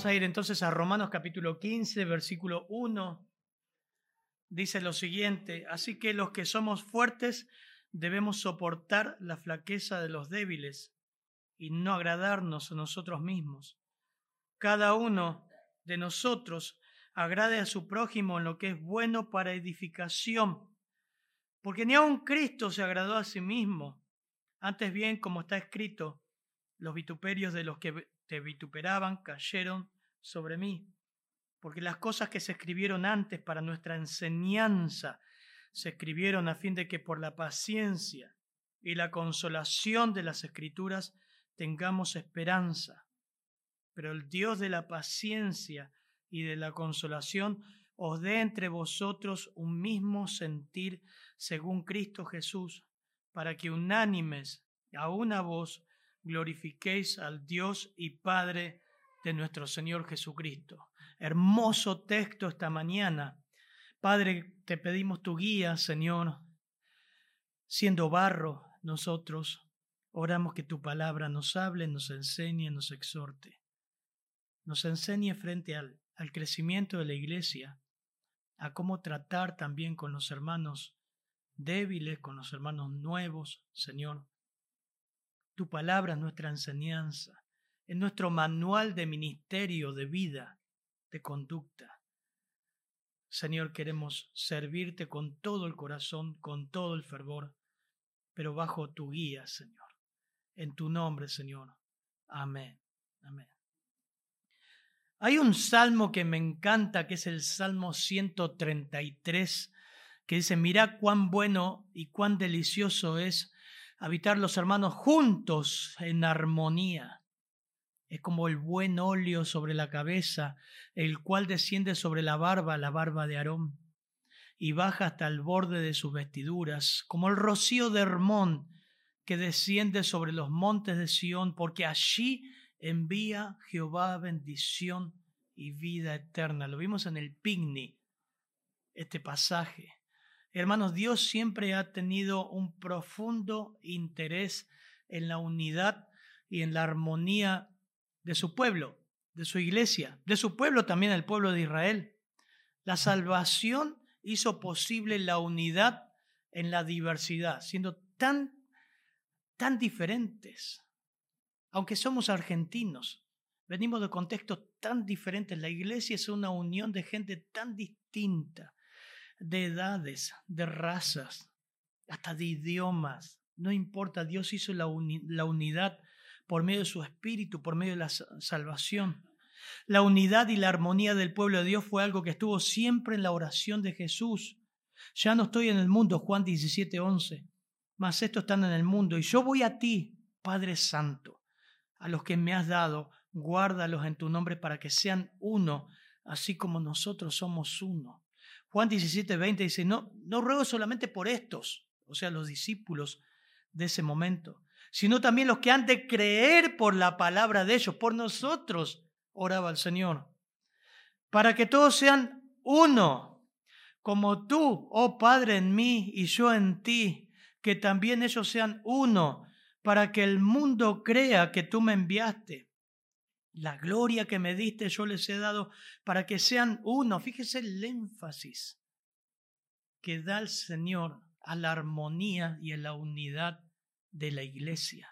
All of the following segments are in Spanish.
Vamos a ir entonces a Romanos capítulo 15, versículo 1. Dice lo siguiente: así que los que somos fuertes debemos soportar la flaqueza de los débiles y no agradarnos a nosotros mismos. Cada uno de nosotros agrade a su prójimo en lo que es bueno para edificación, porque ni aun Cristo se agradó a sí mismo. Antes bien, como está escrito, los vituperios de los que te vituperaban cayeron sobre mí, porque las cosas que se escribieron antes para nuestra enseñanza se escribieron a fin de que por la paciencia y la consolación de las Escrituras tengamos esperanza. Pero el Dios de la paciencia y de la consolación os dé entre vosotros un mismo sentir según Cristo Jesús, para que unánimes a una voz glorifiquéis al Dios y Padre de nuestro Señor Jesucristo. Hermoso texto esta mañana. Padre, te pedimos tu guía, Señor. Siendo barro, nosotros oramos que tu palabra nos hable, nos enseñe, nos exhorte. Nos enseñe frente al crecimiento de la iglesia, a cómo tratar también con los hermanos débiles, con los hermanos nuevos, Señor. Tu palabra es nuestra enseñanza, es nuestro manual de ministerio, de vida, de conducta. Señor, queremos servirte con todo el corazón, con todo el fervor, pero bajo tu guía, Señor. En tu nombre, Señor. Amén. Amén. Hay un salmo que me encanta, que es el Salmo 133, que dice: mirá cuán bueno y cuán delicioso es habitar los hermanos juntos en armonía. Es como el buen óleo sobre la cabeza, el cual desciende sobre la barba de Aarón, y baja hasta el borde de sus vestiduras, como el rocío de Hermón, que desciende sobre los montes de Sión, porque allí envía Jehová bendición y vida eterna. Lo vimos en el picnic, este pasaje. Hermanos, Dios siempre ha tenido un profundo interés en la unidad y en la armonía de su pueblo, de su iglesia, de su pueblo también, el pueblo de Israel. La salvación hizo posible la unidad en la diversidad, siendo tan diferentes. Aunque somos argentinos, venimos de contextos tan diferentes. La iglesia es una unión de gente tan distinta, de edades, de razas, hasta de idiomas. No importa, Dios hizo la unidad por medio de su Espíritu, por medio de la salvación. La unidad y la armonía del pueblo de Dios fue algo que estuvo siempre en la oración de Jesús. Ya no estoy en el mundo, Juan 17:11, mas estos están en el mundo, y yo voy a ti, Padre Santo. A los que me has dado, guárdalos en tu nombre para que sean uno, así como nosotros somos uno. Juan 17:20 dice: no ruego solamente por estos, o sea, los discípulos de ese momento, sino también los que han de creer por la palabra de ellos. Por nosotros oraba el Señor, para que todos sean uno, como tú, oh Padre, en mí y yo en ti, que también ellos sean uno, para que el mundo crea que tú me enviaste. La gloria que me diste yo les he dado para que sean uno. Fíjese el énfasis que da el Señor a la armonía y a la unidad de la iglesia.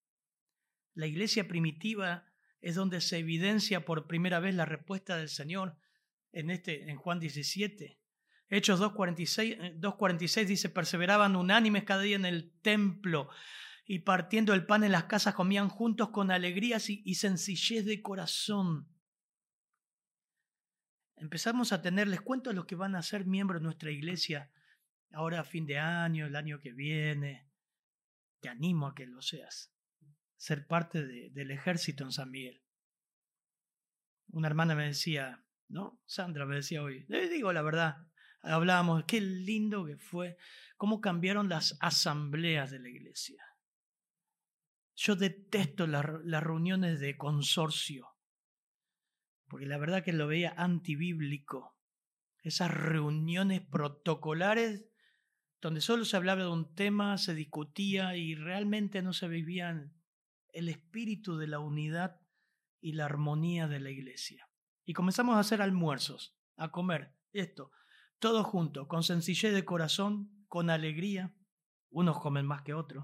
La iglesia primitiva es donde se evidencia por primera vez la respuesta del Señor en Juan 17. Hechos 2:46 dice: perseveraban unánimes cada día en el templo, y partiendo el pan en las casas comían juntos con alegrías y sencillez de corazón. Empezamos a tener, les cuento a los que van a ser miembros de nuestra iglesia ahora a fin de año, el año que viene, te animo a que lo seas, ser parte del ejército en San Miguel. Una hermana me decía, ¿no? Sandra me decía hoy, le digo la verdad, hablábamos, qué lindo que fue, cómo cambiaron las asambleas de la iglesia. Yo detesto las reuniones de consorcio, porque la verdad que lo veía antibíblico. Esas reuniones protocolares donde solo se hablaba de un tema, se discutía y realmente no se vivía el espíritu de la unidad y la armonía de la iglesia. Y comenzamos a hacer almuerzos, a comer esto, todos juntos, con sencillez de corazón, con alegría. Unos comen más que otros.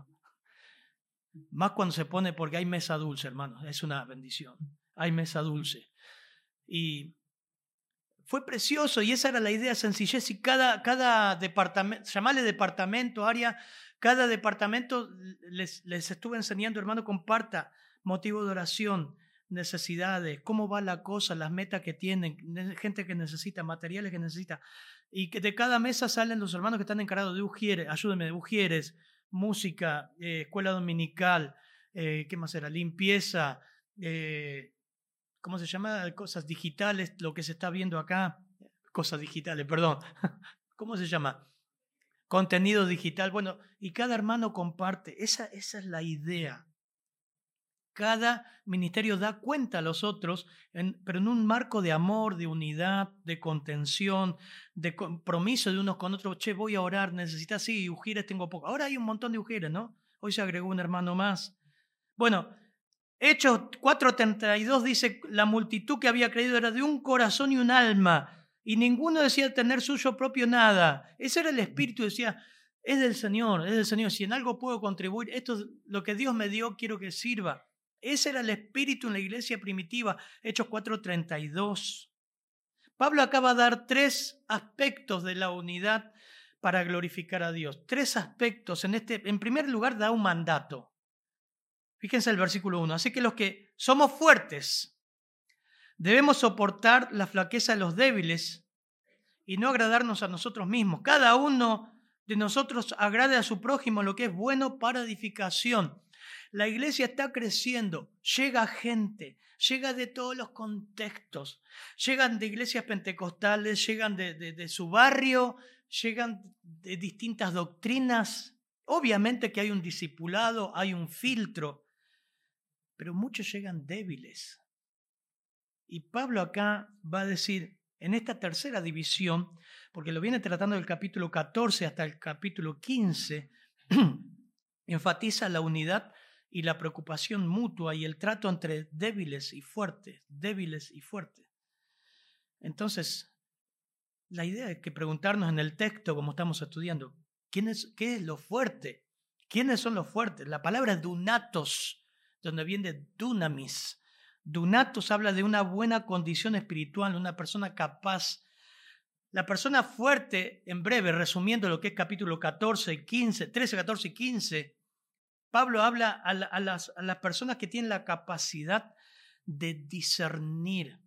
Más cuando se pone, porque hay mesa dulce, hermanos, es una bendición. Hay mesa dulce. Y fue precioso, y esa era la idea, sencillez. Y cada departamento, llamarle departamento, área, cada departamento les estuve enseñando, hermano, comparta motivo de oración, necesidades, cómo va la cosa, las metas que tienen, gente que necesita, materiales que necesita. Y que de cada mesa salen los hermanos que están encargados de ujieres, ayúdenme, de ujieres, música, escuela dominical, ¿qué más era? Limpieza, ¿cómo se llama? Cosas digitales, lo que se está viendo acá. Cosas digitales, perdón. ¿Cómo se llama? Contenido digital. Bueno, y cada hermano comparte. Esa es la idea. Cada ministerio da cuenta a los otros, pero en un marco de amor, de unidad, de contención, de compromiso de unos con otros. Che, voy a orar, necesitas, sí, ujieres tengo poco. Ahora hay un montón de ujieres, ¿no? Hoy se agregó un hermano más. Bueno, Hechos 4:32 dice, la multitud que había creído era de un corazón y un alma, y ninguno decía tener suyo propio nada. Ese era el espíritu, decía, es del Señor, es del Señor. Si en algo puedo contribuir, esto es lo que Dios me dio, quiero que sirva. Ese era el espíritu en la iglesia primitiva, Hechos 4:32. Pablo acaba de dar 3 aspectos de la unidad para glorificar a Dios. 3 aspectos. En primer lugar, da un mandato. Fíjense el versículo 1. Así que los que somos fuertes debemos soportar la flaqueza de los débiles y no agradarnos a nosotros mismos. Cada uno de nosotros agrade a su prójimo lo que es bueno para edificación. La iglesia está creciendo, llega gente, llega de todos los contextos, llegan de iglesias pentecostales, llegan de su barrio, llegan de distintas doctrinas. Obviamente que hay un discipulado, hay un filtro, pero muchos llegan débiles. Y Pablo acá va a decir, en esta tercera división, porque lo viene tratando del capítulo 14 hasta el capítulo 15, enfatiza la unidad y la preocupación mutua y el trato entre débiles y fuertes, débiles y fuertes. Entonces, la idea es que preguntarnos en el texto, como estamos estudiando, ¿qué es lo fuerte? ¿Quiénes son los fuertes? La palabra es dunatos, donde viene dunamis. Dunatos habla de una buena condición espiritual, una persona capaz. La persona fuerte, en breve, resumiendo lo que es capítulo 14, 15, 13, 14 y 15, Pablo habla a las personas que tienen la capacidad de discernir,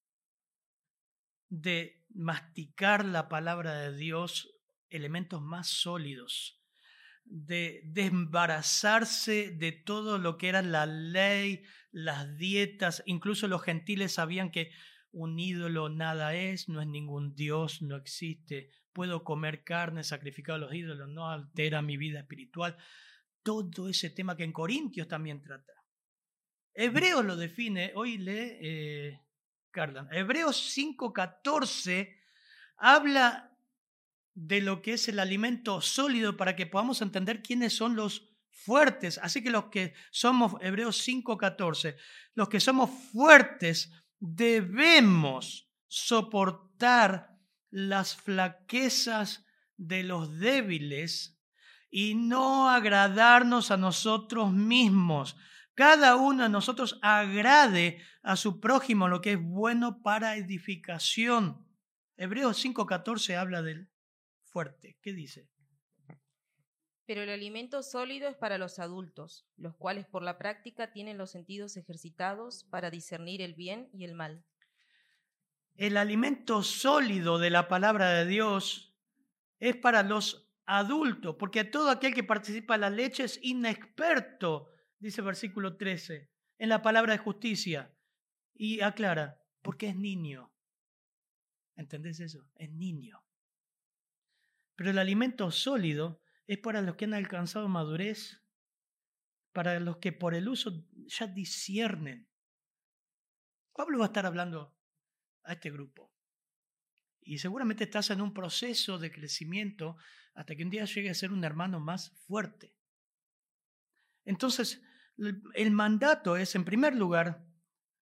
de masticar la palabra de Dios, elementos más sólidos, de desembarazarse de todo lo que era la ley, las dietas. Incluso los gentiles sabían que un ídolo nada es, no es ningún Dios, no existe. Puedo comer carne sacrificada a los ídolos, no altera mi vida espiritual. Todo ese tema que en Corintios también trata. Hebreos lo define, hoy lee Carla. Hebreos 5:14 habla de lo que es el alimento sólido para que podamos entender quiénes son los fuertes. Así que los que somos, Hebreos 5:14, los que somos fuertes debemos soportar las flaquezas de los débiles y no agradarnos a nosotros mismos. Cada uno de nosotros agrade a su prójimo lo que es bueno para edificación. Hebreos 5:14 habla del fuerte. ¿Qué dice? Pero el alimento sólido es para los adultos, los cuales por la práctica tienen los sentidos ejercitados para discernir el bien y el mal. El alimento sólido de la palabra de Dios es para los adultos, porque todo aquel que participa de la leche es inexperto, dice el versículo 13, en la palabra de justicia. Y aclara, porque es niño. ¿Entendés eso? Es niño. Pero el alimento sólido es para los que han alcanzado madurez, para los que por el uso ya disciernen. Pablo va a estar hablando a este grupo. Y seguramente estás en un proceso de crecimiento hasta que un día llegue a ser un hermano más fuerte. Entonces, el mandato es, en primer lugar,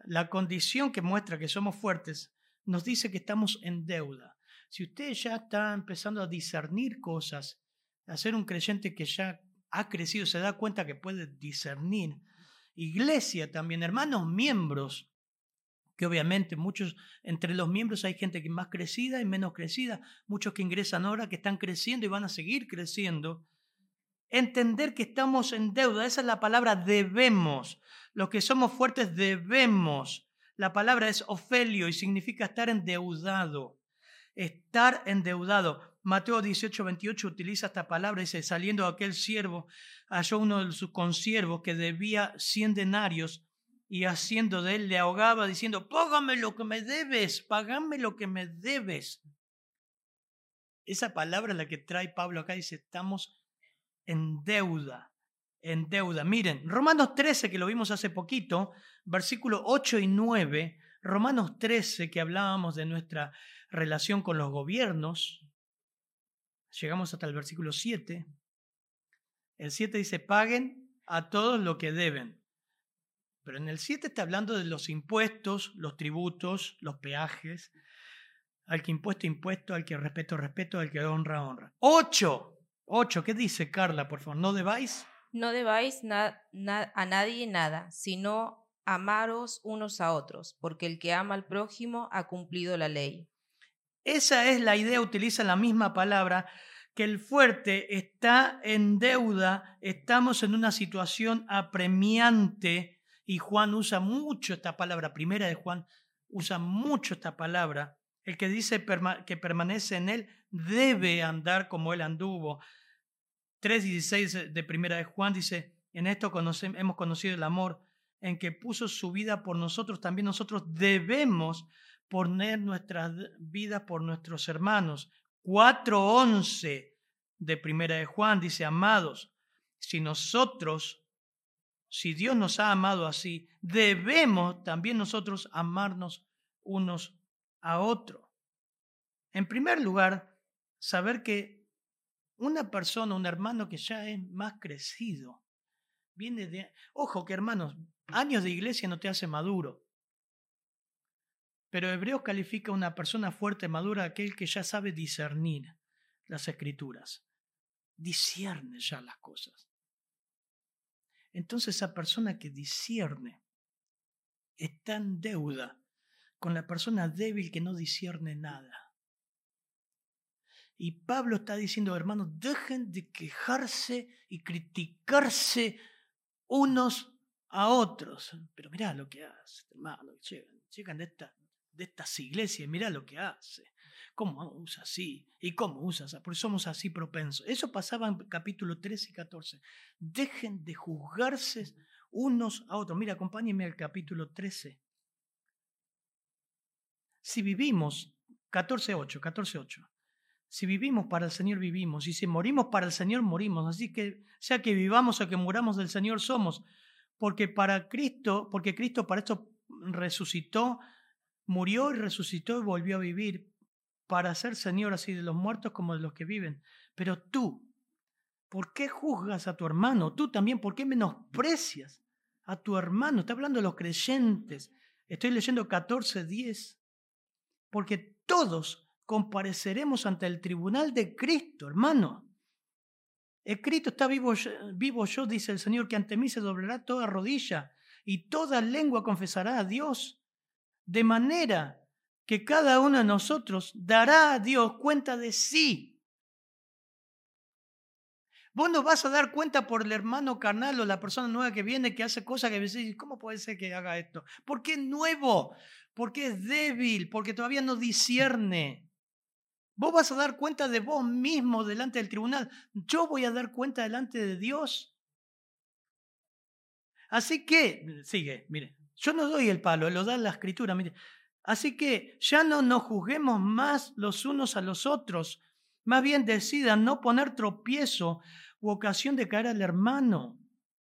la condición que muestra que somos fuertes nos dice que estamos en deuda. Si usted ya está empezando a discernir cosas, a ser un creyente que ya ha crecido, se da cuenta que puede discernir. Iglesia también, hermanos miembros, que obviamente muchos, entre los miembros hay gente que es más crecida y menos crecida, muchos que ingresan ahora que están creciendo y van a seguir creciendo. Entender que estamos en deuda, esa es la palabra debemos. Los que somos fuertes debemos. La palabra es ofelio y significa estar endeudado. Estar endeudado. Mateo 18:28 utiliza esta palabra, dice, saliendo aquel siervo, halló uno de sus consiervos que debía 100 denarios y haciendo de él le ahogaba diciendo, págame lo que me debes, págame lo que me debes. Esa palabra es la que trae Pablo acá, dice, estamos en deuda, en deuda. Miren, Romanos 13, que lo vimos hace poquito, versículos 8 y 9, Romanos 13, que hablábamos de nuestra relación con los gobiernos, llegamos hasta el versículo 7. El 7 dice, paguen a todos lo que deben. Pero en el 7 está hablando de los impuestos, los tributos, los peajes. Al que impuesto, impuesto, al que respeto, respeto, al que honra, honra. 8, ¿qué dice Carla, por favor? ¿No debáis? No debáis a nadie nada, sino amaros unos a otros, porque el que ama al prójimo ha cumplido la ley. Esa es la idea, utiliza la misma palabra, que el fuerte está en deuda, estamos en una situación apremiante, y Juan usa mucho esta palabra, primera de Juan usa mucho esta palabra. El que dice que permanece en él debe andar como él anduvo. 3:16 de primera de Juan dice, en esto hemos conocido el amor, en que puso su vida por nosotros, también nosotros debemos poner nuestras vidas por nuestros hermanos. 4:11 de primera de Juan dice, amados, si Dios nos ha amado así, debemos también nosotros amarnos unos a otros. En primer lugar, saber que una persona, un hermano que ya es más crecido, viene de... Ojo que hermanos, años de iglesia no te hace maduro. Pero Hebreos califica a una persona fuerte, madura, aquel que ya sabe discernir las escrituras. Discierne ya las cosas. Entonces esa persona que discierne está en deuda con la persona débil que no discierne nada. Y Pablo está diciendo, hermanos, dejen de quejarse y criticarse unos a otros. Pero mirá lo que hace, hermano, llegan de estas iglesias, mirá lo que hace. ¿Cómo usa así? ¿Y cómo usa así? Porque somos así propensos. Eso pasaba en capítulo 13 y 14. Dejen de juzgarse unos a otros. Mira, acompáñenme al capítulo 13. Si vivimos, 14:8. Si vivimos para el Señor vivimos, y si morimos para el Señor morimos. Así que sea que vivamos o que muramos del Señor somos. Porque Cristo para esto resucitó, murió y resucitó y volvió a vivir, para ser Señor así de los muertos como de los que viven. Pero tú, ¿por qué juzgas a tu hermano? Tú también, ¿por qué menosprecias a tu hermano? Está hablando de los creyentes. Estoy leyendo 14:10. Porque todos compareceremos ante el tribunal de Cristo, hermano. Escrito está vivo yo, dice el Señor, que ante mí se doblará toda rodilla y toda lengua confesará a Dios. De manera que cada uno de nosotros dará a Dios cuenta de sí. Vos no vas a dar cuenta por el hermano carnal o la persona nueva que viene, que hace cosas que decís, ¿cómo puede ser que haga esto? Porque es nuevo, porque es débil, porque todavía no discierne. Vos vas a dar cuenta de vos mismo delante del tribunal. Yo voy a dar cuenta delante de Dios. Así que, sigue, mire, yo no doy el palo, lo da la escritura, mire. Así que ya no nos juzguemos más los unos a los otros. Más bien decidan no poner tropiezo u ocasión de caer al hermano.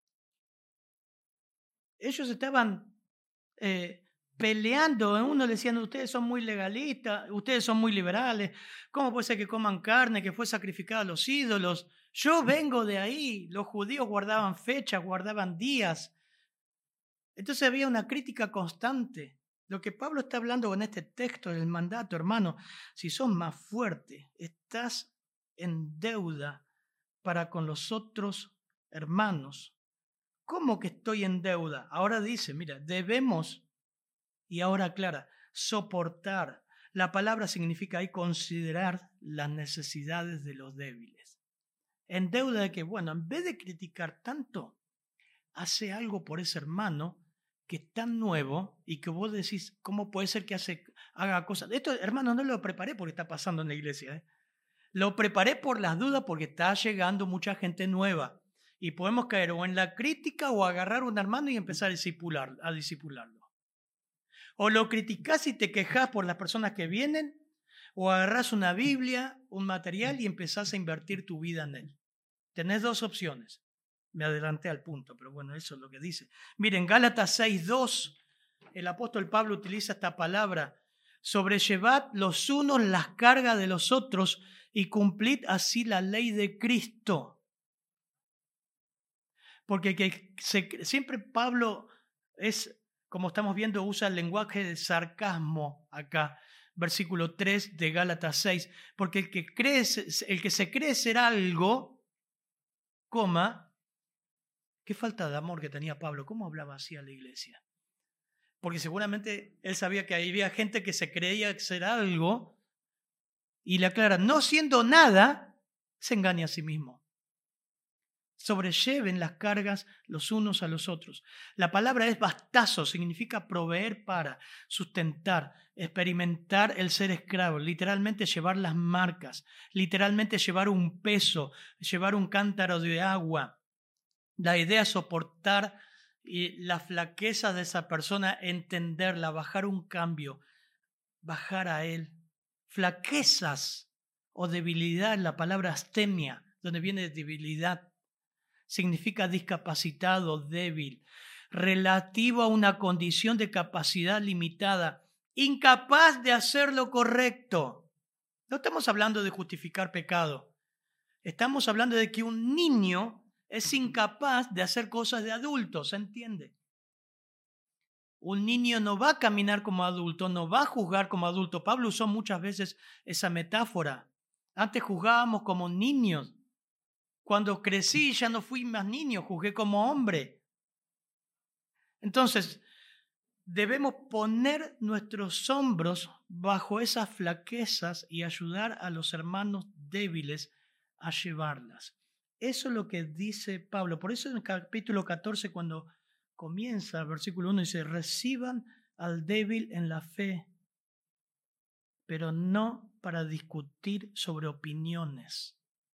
Ellos estaban peleando. Uno le decían, ustedes son muy legalistas, ustedes son muy liberales. ¿Cómo puede ser que coman carne que fue sacrificada a los ídolos? Yo vengo de ahí. Los judíos guardaban fechas, guardaban días. Entonces había una crítica constante. Lo que Pablo está hablando con este texto del mandato, hermano, si sos más fuerte, estás en deuda para con los otros hermanos. ¿Cómo que estoy en deuda? Ahora dice, mira, debemos, y ahora aclara, soportar. La palabra significa ahí considerar las necesidades de los débiles. En deuda de que, bueno, en vez de criticar tanto, hace algo por ese hermano que es tan nuevo y que vos decís, ¿cómo puede ser que haga cosas? Esto, hermano, no lo preparé porque está pasando en la iglesia. Lo preparé por las dudas porque está llegando mucha gente nueva. Y podemos caer o en la crítica o agarrar a un hermano y empezar a disipularlo. O lo criticás y te quejás por las personas que vienen, o agarrás una Biblia, un material y empezás a invertir tu vida en él. Tenés dos opciones. Me adelanté al punto, pero bueno, eso es lo que dice. Miren, Gálatas 6:2, el apóstol Pablo utiliza esta palabra: sobrellevad los unos las cargas de los otros y cumplid así la ley de Cristo. Porque siempre Pablo es, como estamos viendo, usa el lenguaje de sarcasmo acá. Versículo 3 de Gálatas 6. Porque el que se cree ser algo, qué falta de amor que tenía Pablo. ¿Cómo hablaba así a la iglesia? Porque seguramente él sabía que había gente que se creía ser algo y le aclara, no siendo nada, se engaña a sí mismo. Sobrelleven las cargas los unos a los otros. La palabra es bastazo, significa proveer para, sustentar, experimentar el ser esclavo, literalmente llevar las marcas, literalmente llevar un peso, llevar un cántaro de agua. La idea es soportar la flaqueza de esa persona, entenderla, bajar un cambio, bajar a él. Flaquezas o debilidad, la palabra astemia, donde viene de debilidad, significa discapacitado, débil, relativo a una condición de capacidad limitada, incapaz de hacer lo correcto. No estamos hablando de justificar pecado. Estamos hablando de que un niño es incapaz de hacer cosas de adulto, ¿se entiende? Un niño no va a caminar como adulto, no va a juzgar como adulto. Pablo usó muchas veces esa metáfora. Antes juzgábamos como niños. Cuando crecí ya no fui más niño, juzgué como hombre. Entonces, debemos poner nuestros hombros bajo esas flaquezas y ayudar a los hermanos débiles a llevarlas. Eso es lo que dice Pablo. Por eso en el capítulo 14, cuando comienza el versículo 1, dice, reciban al débil en la fe, pero no para discutir sobre opiniones.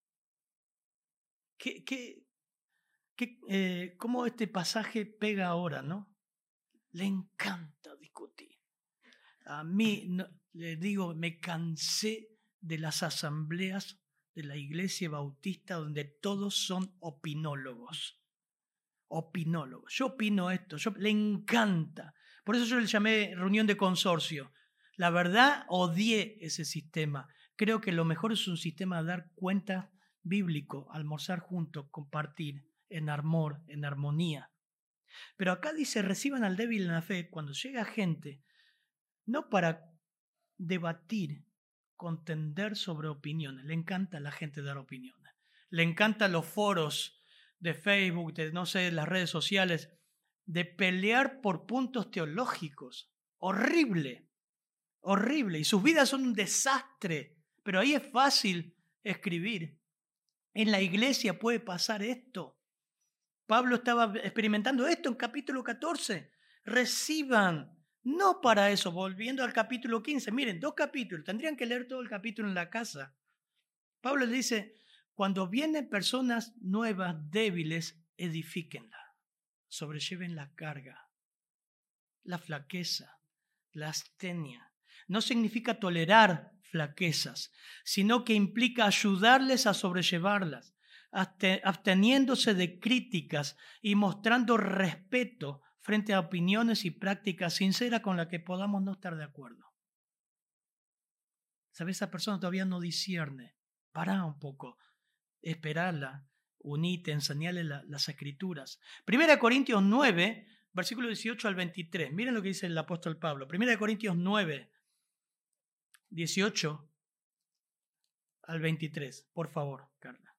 ¿Cómo este pasaje pega ahora, no? Le encanta discutir. A mí, le digo, me cansé de las asambleas de la iglesia bautista donde todos son opinólogos. Opinólogos. Yo opino esto, le encanta. Por eso yo le llamé reunión de consorcio. La verdad, odié ese sistema. Creo que lo mejor es un sistema de dar cuenta bíblico, almorzar juntos, compartir en amor, en armonía. Pero acá dice, reciban al débil en la fe cuando llega gente, no para debatir, contender sobre opiniones. Le encanta a la gente dar opiniones. Le encantan los foros de Facebook, de no sé, las redes sociales, de pelear por puntos teológicos. Horrible, horrible. Y sus vidas son un desastre. Pero ahí es fácil escribir. En la iglesia puede pasar esto. Pablo estaba experimentando esto en capítulo 14. Reciban, no para eso, volviendo al capítulo 15. Miren, 2 capítulos, tendrían que leer todo el capítulo en la casa. Pablo le dice, cuando vienen personas nuevas, débiles, edifíquenla, sobrelleven la carga, la flaqueza, la astenia. No significa tolerar flaquezas, sino que implica ayudarles a sobrellevarlas, absteniéndose de críticas y mostrando respeto frente a opiniones y prácticas sinceras con las que podamos no estar de acuerdo. ¿Sabes? Esa persona todavía no discierne. Pará un poco, esperarla, unite, enseñarle las escrituras. 1 Corintios 9 versículo 18 al 23. Miren lo que dice el apóstol Pablo. 1 Corintios 9, 18 al 23. Por favor, Carla.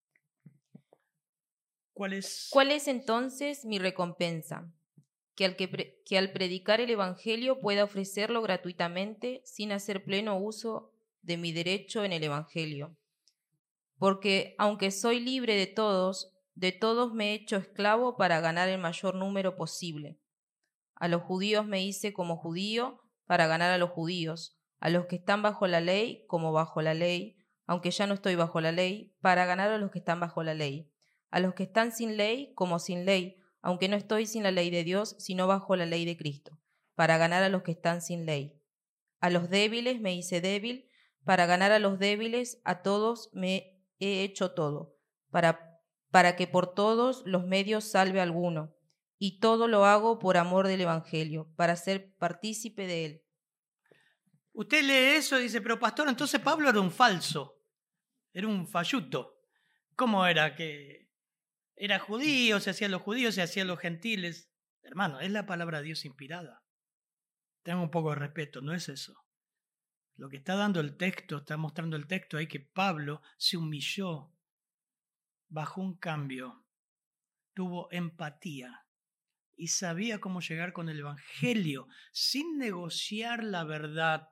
¿Cuál es entonces mi recompensa? Que al predicar el Evangelio pueda ofrecerlo gratuitamente sin hacer pleno uso de mi derecho en el Evangelio. Porque aunque soy libre de todos me he hecho esclavo para ganar el mayor número posible. A los judíos me hice como judío para ganar a los judíos, a los que están bajo la ley como bajo la ley, aunque ya no estoy bajo la ley, para ganar a los que están bajo la ley, a los que están sin ley como sin ley, aunque no estoy sin la ley de Dios, sino bajo la ley de Cristo, para ganar a los que están sin ley. A los débiles me hice débil, para ganar a los débiles, a todos me he hecho todo, para que por todos los medios salve a alguno. Y todo lo hago por amor del Evangelio, para ser partícipe de él. Usted lee eso y dice, pero pastor, entonces Pablo era un falso, era un falluto. ¿Cómo era? Que era judío, se hacían los judíos, se hacían los gentiles. Hermano, es la palabra de Dios inspirada. Tenga un poco de respeto, no es eso. Lo que está dando el texto, está mostrando el texto ahí que Pablo se humilló bajo un cambio, tuvo empatía y sabía cómo llegar con el Evangelio sin negociar la verdad,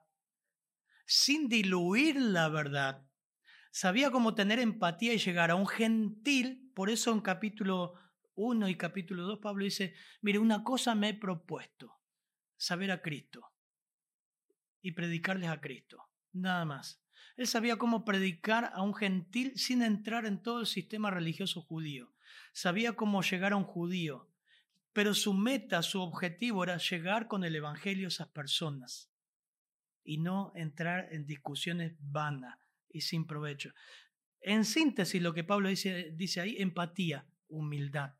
sin diluir la verdad. Sabía cómo tener empatía y llegar a un gentil. Por eso en capítulo 1 y capítulo 2 Pablo dice, mire, una cosa me he propuesto, saber a Cristo y predicarles a Cristo, nada más. Él sabía cómo predicar a un gentil sin entrar en todo el sistema religioso judío. Sabía cómo llegar a un judío, pero su meta, su objetivo era llegar con el Evangelio a esas personas y no entrar en discusiones vanas y sin provecho. En síntesis, lo que Pablo dice ahí, empatía, humildad.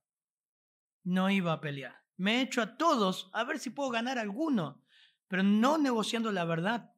No iba a pelear. Me he hecho a todos a ver si puedo ganar a alguno, pero no negociando la verdad.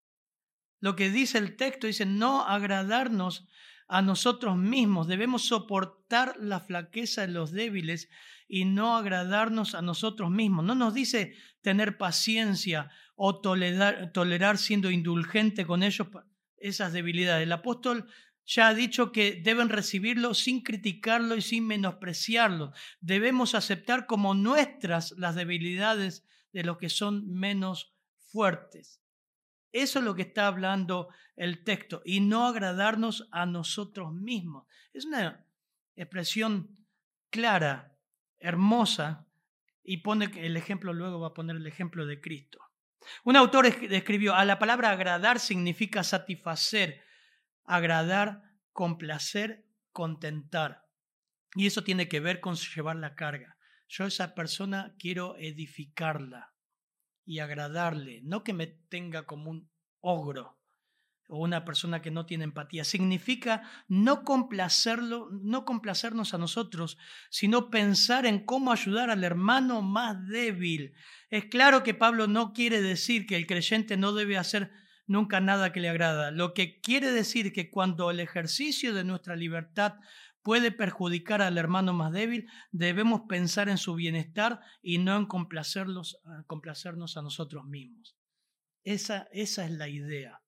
Lo que dice el texto, dice no agradarnos a nosotros mismos. Debemos soportar la flaqueza de los débiles y no agradarnos a nosotros mismos. No nos dice tener paciencia o tolerar siendo indulgente con ellos esas debilidades. El apóstol ya ha dicho que deben recibirlo sin criticarlo y sin menospreciarlo. Debemos aceptar como nuestras las debilidades de los que son menos fuertes. Eso es lo que está hablando el texto, y no agradarnos a nosotros mismos. Es una expresión clara, hermosa, y pone el ejemplo, luego va a poner el ejemplo de Cristo. Un autor escribió, a la palabra agradar significa satisfacer, agradar, complacer, contentar. Y eso tiene que ver con llevar la carga. Yo a esa persona quiero edificarla y agradarle, no que me tenga como un ogro o una persona que no tiene empatía. Significa no complacernos a nosotros, sino pensar en cómo ayudar al hermano más débil. Es claro que Pablo no quiere decir que el creyente no debe hacer nunca nada que le agrada. Lo que quiere decir que cuando el ejercicio de nuestra libertad puede perjudicar al hermano más débil, debemos pensar en su bienestar y no en complacernos a nosotros mismos. Esa es la idea.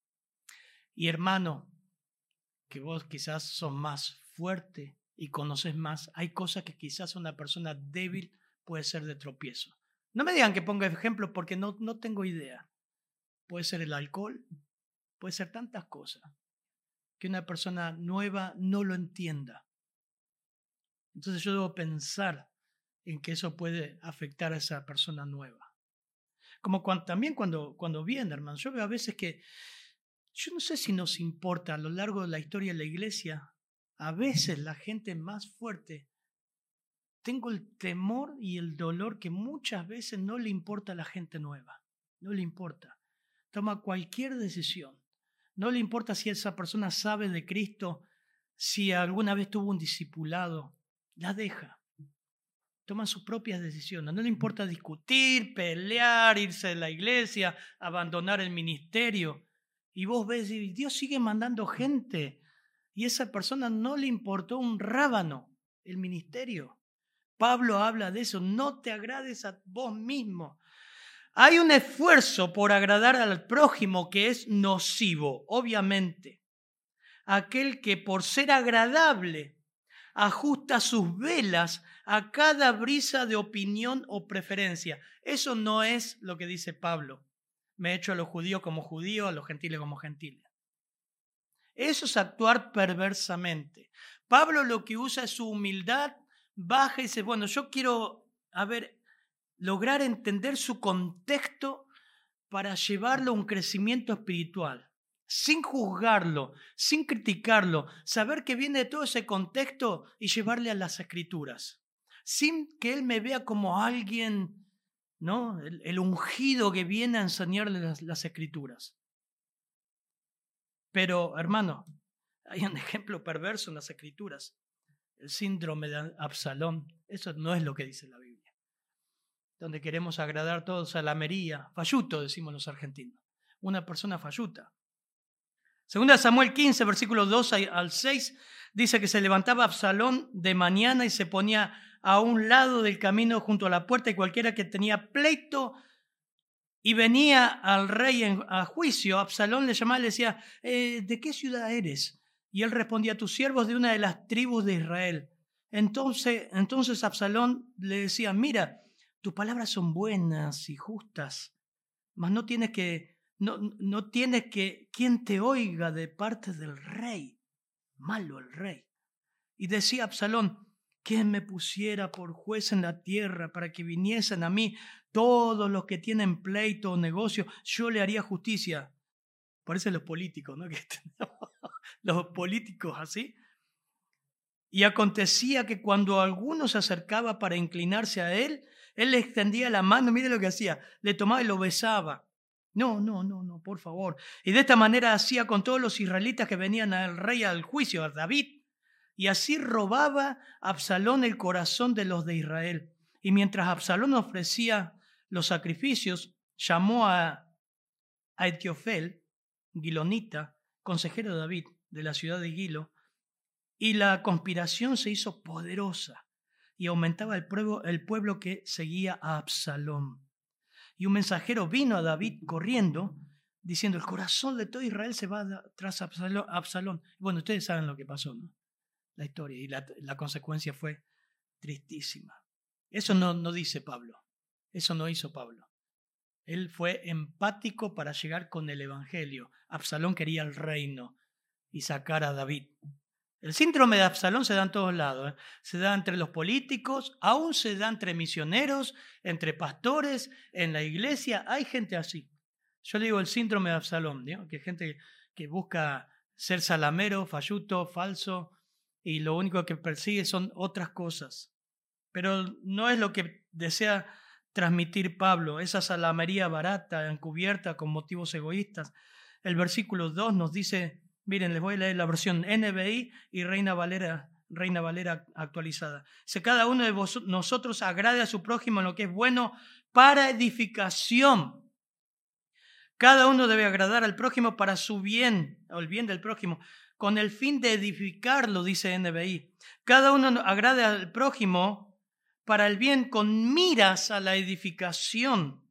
Y hermano, que vos quizás sos más fuerte y conoces más, hay cosas que quizás una persona débil puede ser de tropiezo. No me digan que ponga ejemplos porque no tengo idea. Puede ser el alcohol, puede ser tantas cosas que una persona nueva no lo entienda. Entonces yo debo pensar en que eso puede afectar a esa persona nueva. Como también cuando viene, hermano, yo veo a veces que, yo no sé si nos importa a lo largo de la historia de la iglesia, a veces la gente más fuerte, tengo el temor y el dolor que muchas veces no le importa a la gente nueva, no le importa. Toma cualquier decisión. No le importa si esa persona sabe de Cristo, si alguna vez tuvo un discipulado, la deja. Toma sus propias decisiones. No le importa discutir, pelear, irse de la iglesia, abandonar el ministerio. Y vos ves, y Dios sigue mandando gente. Y esa persona no le importó un rábano el ministerio. Pablo habla de eso, no te agrades a vos mismo. Hay un esfuerzo por agradar al prójimo que es nocivo, obviamente. Aquel que por ser agradable ajusta sus velas a cada brisa de opinión o preferencia. Eso no es lo que dice Pablo. Me he hecho a los judíos como judíos, a los gentiles como gentiles. Eso es actuar perversamente. Pablo lo que usa es su humildad, baja y dice, bueno, yo quiero, lograr entender su contexto para llevarlo a un crecimiento espiritual, sin juzgarlo, sin criticarlo, saber que viene de todo ese contexto y llevarle a las Escrituras, sin que él me vea como alguien, ¿no? El ungido que viene a enseñarle las Escrituras. Pero, hermano, hay un ejemplo perverso en las Escrituras, el síndrome de Absalón. Eso no es lo que dice la Biblia. Donde queremos agradar a todos, salamería, falluto, decimos los argentinos. Una persona falluta. Segunda Samuel 15, versículos 2 al 6, dice que se levantaba Absalón de mañana y se ponía a un lado del camino junto a la puerta, y cualquiera que tenía pleito y venía al rey a juicio, Absalón le llamaba y le decía, ¿de qué ciudad eres? Y él respondía, tus siervos de una de las tribus de Israel. Entonces Absalón le decía, mira, tus palabras son buenas y justas, mas no tienes que quien te oiga de parte del rey. Malo el rey. Y decía Absalón, ¿quién me pusiera por juez en la tierra para que viniesen a mí todos los que tienen pleito o negocio? Yo le haría justicia. Parecen los políticos, ¿no? Los políticos así. Y acontecía que cuando alguno se acercaba para inclinarse a él le extendía la mano, mire lo que hacía, le tomaba y lo besaba. No, por favor. Y de esta manera hacía con todos los israelitas que venían al rey al juicio, a David. Y así robaba Absalón el corazón de los de Israel. Y mientras Absalón ofrecía los sacrificios, llamó a Etiofel, Gilonita, consejero de David, de la ciudad de Gilo, y la conspiración se hizo poderosa y aumentaba el pueblo que seguía a Absalón. Y un mensajero vino a David corriendo, diciendo, el corazón de todo Israel se va tras Absalón. Bueno, ustedes saben lo que pasó, ¿no? La historia, y la consecuencia fue tristísima. Eso no dice Pablo, eso no hizo Pablo. Él fue empático para llegar con el evangelio. Absalón quería el reino y sacar a David. El síndrome de Absalón se da en todos lados, ¿eh? Se da entre los políticos, aún se da entre misioneros, entre pastores, en la iglesia. Hay gente así. Yo le digo el síndrome de Absalón, ¿no? Que hay gente que busca ser salamero, falluto, falso, y lo único que persigue son otras cosas. Pero no es lo que desea transmitir Pablo, esa salamería barata, encubierta, con motivos egoístas. El versículo 2 nos dice, miren, les voy a leer la versión NBI y Reina Valera actualizada. Dice, cada uno de nosotros agrade a su prójimo en lo que es bueno para edificación. Cada uno debe agradar al prójimo para su bien, o el bien del prójimo, con el fin de edificarlo, dice NBI. Cada uno agrade al prójimo para el bien con miras a la edificación.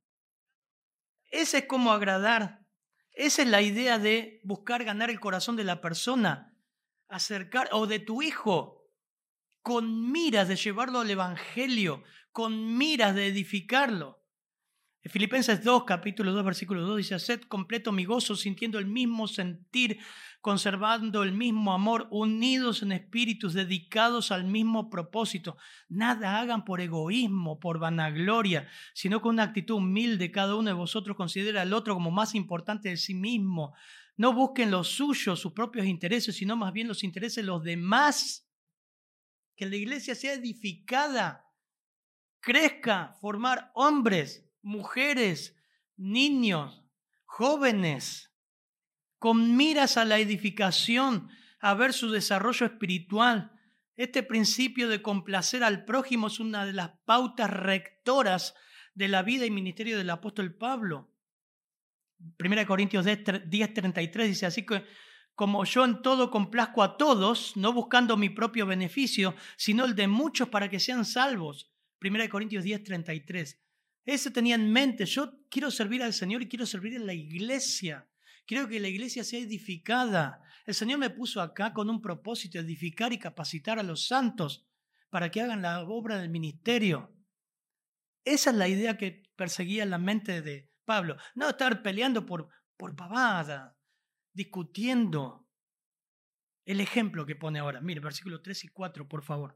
Ese es como agradar. Esa es la idea de buscar ganar el corazón de la persona, acercar, o de tu hijo, con miras de llevarlo al evangelio, con miras de edificarlo. En Filipenses 2, capítulo 2, versículo 2 dice, haced completo mi gozo, sintiendo el mismo sentir, conservando el mismo amor, unidos en espíritus, dedicados al mismo propósito. Nada hagan por egoísmo, por vanagloria, sino con una actitud humilde. Cada uno de vosotros considera al otro como más importante de sí mismo. No busquen lo suyo, sus propios intereses, sino más bien los intereses de los demás. Que la iglesia sea edificada, crezca, formar hombres, mujeres, niños, jóvenes, con miras a la edificación, a ver su desarrollo espiritual. Este principio de complacer al prójimo es una de las pautas rectoras de la vida y ministerio del apóstol Pablo. 1 Corintios 10:33 dice, así que como yo en todo complazco a todos, no buscando mi propio beneficio, sino el de muchos para que sean salvos. 1 Corintios 10:33. Eso tenía en mente. Yo quiero servir al Señor y quiero servir en la iglesia. Quiero que la iglesia sea edificada. El Señor me puso acá con un propósito, edificar y capacitar a los santos para que hagan la obra del ministerio. Esa es la idea que perseguía en la mente de Pablo. No estar peleando por pavada, discutiendo. El ejemplo que pone ahora. Mire, versículos 3 y 4, por favor.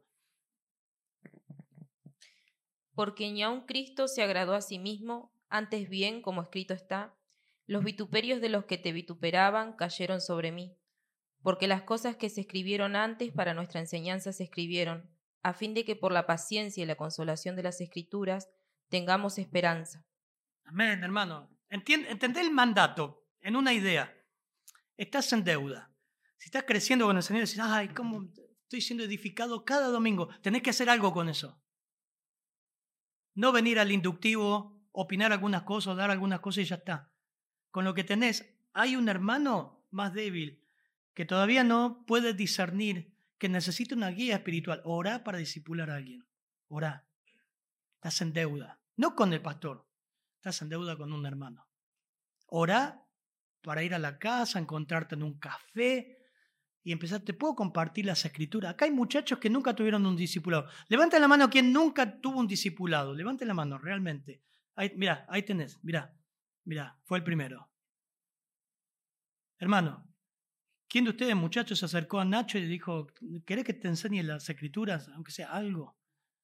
Porque ni aun Cristo se agradó a sí mismo, antes bien, como escrito está, los vituperios de los que te vituperaban cayeron sobre mí, porque las cosas que se escribieron antes para nuestra enseñanza se escribieron, a fin de que por la paciencia y la consolación de las Escrituras tengamos esperanza. Amén, hermano. Entendé el mandato en una idea. Estás en deuda. Si estás creciendo con el Señor y decís, ay, ¿cómo estoy siendo edificado cada domingo? Tenés que hacer algo con eso. No venir al inductivo, opinar algunas cosas, dar algunas cosas y ya está. Con lo que tenés, hay un hermano más débil que todavía no puede discernir que necesita una guía espiritual. Orá para discipular a alguien. Orá. Estás en deuda. No con el pastor. Estás en deuda con un hermano. Orá para ir a la casa, encontrarte en un café y empezar. Te puedo compartir las escrituras. Acá hay muchachos que nunca tuvieron un discipulado. Levanten la mano quien nunca tuvo un discipulado. Levanten la mano, realmente. Mirá, ahí tenés. Mirá, fue el primero. Hermano, ¿quién de ustedes, muchachos, se acercó a Nacho y le dijo, ¿querés que te enseñe las escrituras, aunque sea algo?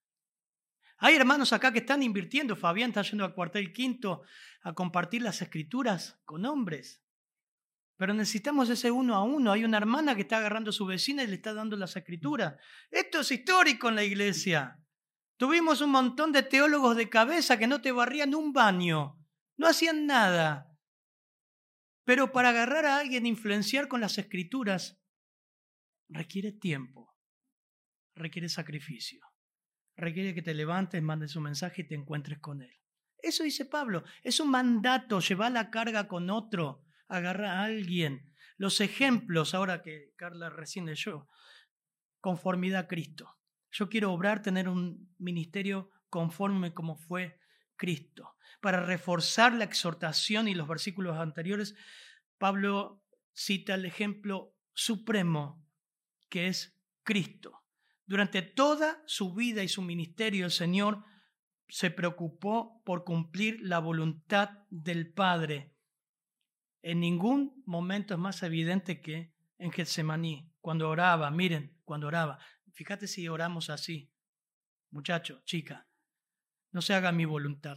Hay hermanos acá que están invirtiendo. Fabián está yendo al cuartel quinto a compartir las escrituras con hombres. Pero necesitamos ese uno a uno. Hay una hermana que está agarrando a su vecina y le está dando las escrituras. Esto es histórico en la iglesia. Tuvimos un montón de teólogos de cabeza que no te barrían un baño. No hacían nada. Pero para agarrar a alguien e influenciar con las escrituras requiere tiempo, requiere sacrificio, requiere que te levantes, mandes un mensaje y te encuentres con él. Eso dice Pablo, es un mandato, llevar la carga con otro, agarra a alguien. Los ejemplos, ahora que Carla recién leyó, conformidad a Cristo. Yo quiero obrar, tener un ministerio conforme como fue Cristo. Para reforzar la exhortación y los versículos anteriores, Pablo cita el ejemplo supremo que es Cristo. Durante toda su vida y su ministerio, el Señor se preocupó por cumplir la voluntad del Padre. En ningún momento es más evidente que en Getsemaní, cuando oraba. Miren, cuando oraba. Fíjate si oramos así. Muchacho, chica, no se haga mi voluntad,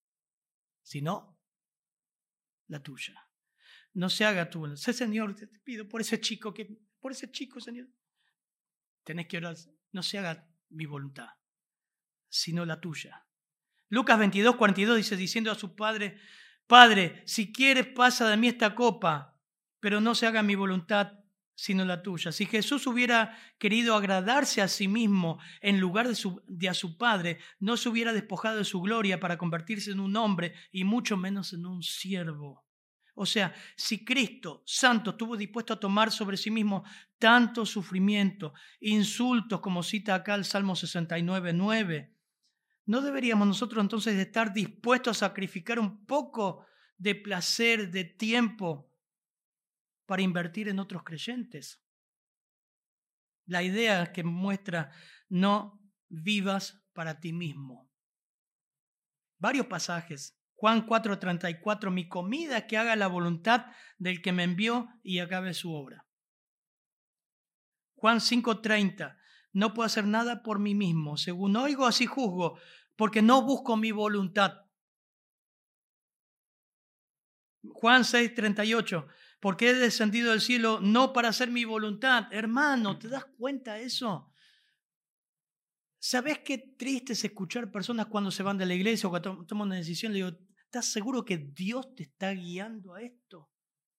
sino la tuya. No se haga tu voluntad. Sé, Señor, te pido por ese chico, Señor. Tenés que orar. No se haga mi voluntad, sino la tuya. Lucas 22:42 dice, diciendo a su padre, Padre, si quieres pasa de mí esta copa, pero no se haga mi voluntad, sino la tuya. Si Jesús hubiera querido agradarse a sí mismo en lugar de a su Padre, no se hubiera despojado de su gloria para convertirse en un hombre y mucho menos en un siervo. O sea, si Cristo, santo, estuvo dispuesto a tomar sobre sí mismo tanto sufrimiento, insultos, como cita acá el Salmo 69:9, ¿no deberíamos nosotros entonces estar dispuestos a sacrificar un poco de placer, de tiempo, para invertir en otros creyentes? La idea que muestra, no vivas para ti mismo. Varios pasajes. Juan 4:34, mi comida es que haga la voluntad del que me envió y acabe su obra. Juan 5:30, no puedo hacer nada por mí mismo. Según oigo, así juzgo, porque no busco mi voluntad. Juan 6:38, porque he descendido del cielo no para hacer mi voluntad. Hermano, ¿te das cuenta de eso? ¿Sabés qué triste es escuchar personas cuando se van de la iglesia o cuando toman una decisión? Le digo, ¿estás seguro que Dios te está guiando a esto?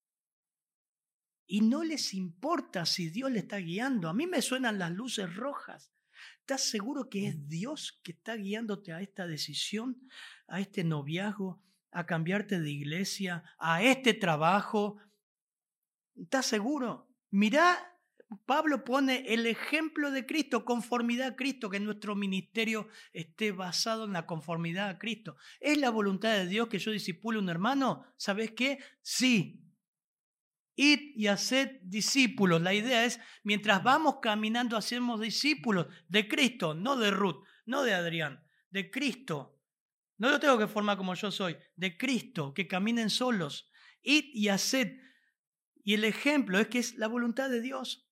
Y no les importa si Dios le está guiando. A mí me suenan las luces rojas. ¿Estás seguro que es Dios que está guiándote a esta decisión, a este noviazgo, a cambiarte de iglesia, a este trabajo? ¿Estás seguro? Mirá, Pablo pone el ejemplo de Cristo, conformidad a Cristo, que nuestro ministerio esté basado en la conformidad a Cristo. ¿Es la voluntad de Dios que yo discipule a un hermano? ¿Sabes qué? Sí. Id y haced discípulos. La idea es, mientras vamos caminando, hacemos discípulos de Cristo, no de Ruth, no de Adrián, de Cristo. No lo tengo que formar como yo soy, de Cristo, que caminen solos. Id y haced. Y el ejemplo es que es la voluntad de Dios.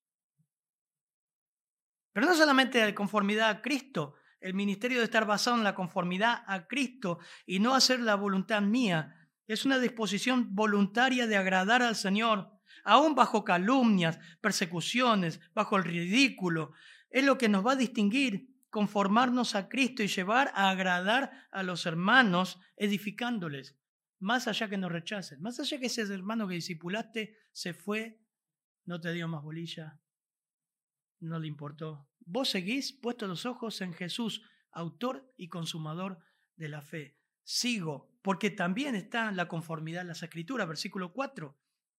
Pero no solamente de conformidad a Cristo, el ministerio debe estar basado en la conformidad a Cristo y no hacer la voluntad mía. Es una disposición voluntaria de agradar al Señor, aún bajo calumnias, persecuciones, bajo el ridículo. Es lo que nos va a distinguir, conformarnos a Cristo y llevar a agradar a los hermanos, edificándoles, más allá que nos rechacen, más allá que ese hermano que discipulaste se fue, no te dio más bolilla, no le importó. Vos seguís puestos los ojos en Jesús, autor y consumador de la fe. Sigo, porque también está la conformidad en las Escrituras, versículo 4.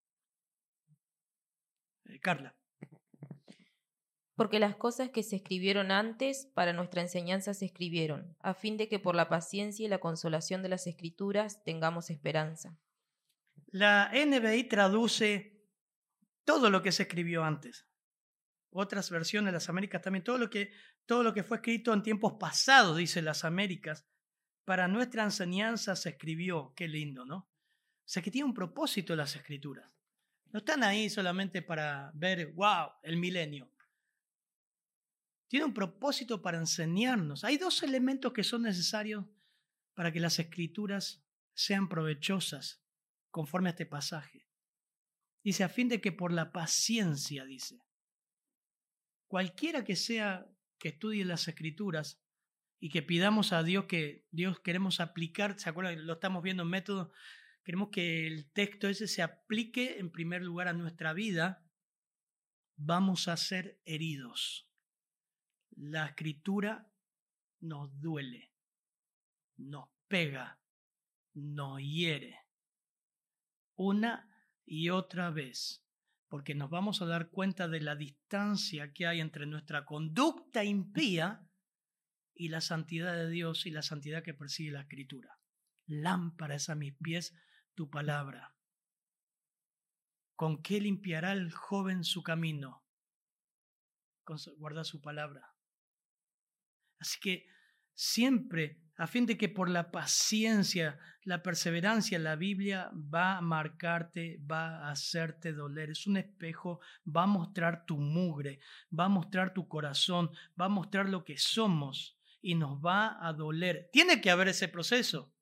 Carla. Porque las cosas que se escribieron antes para nuestra enseñanza se escribieron, a fin de que por la paciencia y la consolación de las Escrituras tengamos esperanza. La NBI traduce todo lo que se escribió antes. Otras versiones de las Américas también, todo lo que fue escrito en tiempos pasados, dice las Américas, para nuestra enseñanza se escribió. Qué lindo, ¿no? O sea que tiene un propósito las Escrituras. No están ahí solamente para ver, wow, el milenio. Tiene un propósito para enseñarnos. Hay dos elementos que son necesarios para que las Escrituras sean provechosas, conforme a este pasaje. Dice, a fin de que por la paciencia, dice. Cualquiera que sea que estudie las Escrituras y que pidamos a Dios que Dios queremos aplicar, ¿se acuerdan? Lo estamos viendo en método, queremos que el texto ese se aplique en primer lugar a nuestra vida, vamos a ser heridos. La Escritura nos duele, nos pega, nos hiere. Una y otra vez. Porque nos vamos a dar cuenta de la distancia que hay entre nuestra conducta impía y la santidad de Dios y la santidad que persigue la Escritura. Lámpara es a mis pies tu palabra. ¿Con qué limpiará el joven su camino? Con guardar su palabra. Así que siempre, a fin de que por la paciencia, la perseverancia, la Biblia va a marcarte, va a hacerte doler. Es un espejo, va a mostrar tu mugre, va a mostrar tu corazón, va a mostrar lo que somos y nos va a doler. Tiene que haber ese proceso.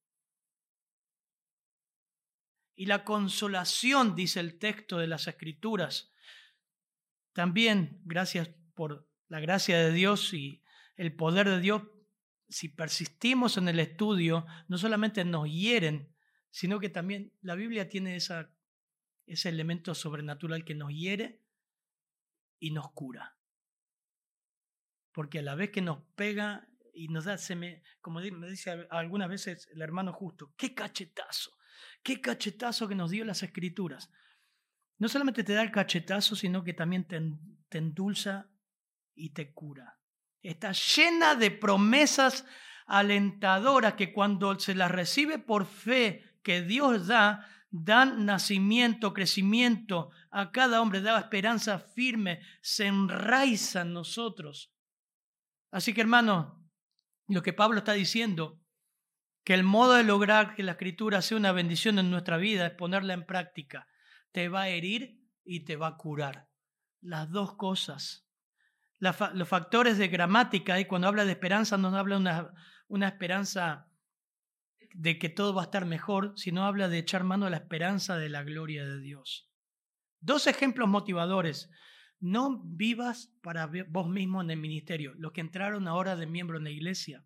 Y la consolación, dice el texto de las Escrituras, también gracias por la gracia de Dios y el poder de Dios, si persistimos en el estudio, no solamente nos hieren, sino que también la Biblia tiene ese elemento sobrenatural que nos hiere y nos cura. Porque a la vez que nos pega y nos da, como me dice algunas veces el hermano Justo, qué cachetazo que nos dio las Escrituras. No solamente te da el cachetazo, sino que también te endulza y te cura. Está llena de promesas alentadoras que cuando se las recibe por fe que Dios da, dan nacimiento, crecimiento a cada hombre, da esperanza firme, se enraiza en nosotros. Así que, hermano, lo que Pablo está diciendo, que el modo de lograr que la Escritura sea una bendición en nuestra vida es ponerla en práctica. Te va a herir y te va a curar. Las dos cosas. Los factores de gramática, y cuando habla de esperanza, no habla una esperanza de que todo va a estar mejor, sino habla de echar mano a la esperanza de la gloria de Dios. Dos ejemplos motivadores. No vivas para vos mismo en el ministerio. Los que entraron ahora de miembro en la iglesia,